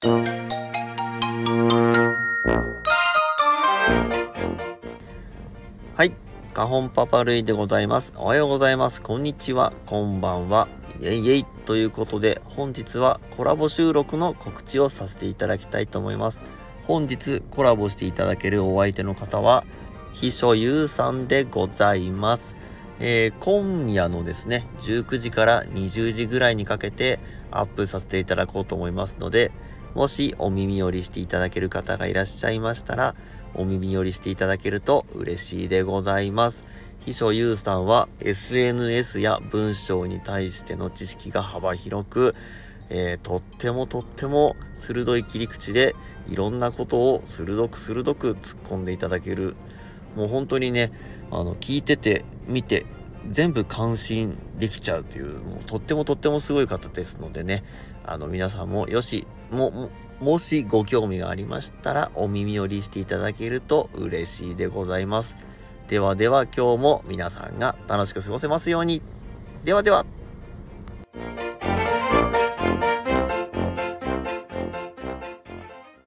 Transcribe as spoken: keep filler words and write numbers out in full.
はい、カホンパパルイでございます。おはようございます。こんにちは。こんばんは。イエイイエイということで、本日はコラボ収録の告知をさせていただきたいと思います。本日コラボしていただけるお相手の方は秘書ゆうさんでございます。えー、今夜のですねじゅうくじからにじゅうじぐらいにかけてアップさせていただこうと思いますので、もしお耳寄りしていただける方がいらっしゃいましたら、お耳寄りしていただけると嬉しいでございます。秘書ゆうさんは エスエヌエス や文章に対しての知識が幅広く、えー、とってもとっても鋭い切り口でいろんなことを鋭く鋭く突っ込んでいただける、もう本当にね、あの聞いてて見て全部感心できちゃうという、もうとってもとってもすごい方ですのでね、あの皆さんもよしもももしご興味がありましたらお耳寄りしていただけると嬉しいでございます。ではでは今日も皆さんが楽しく過ごせますように。ではでは。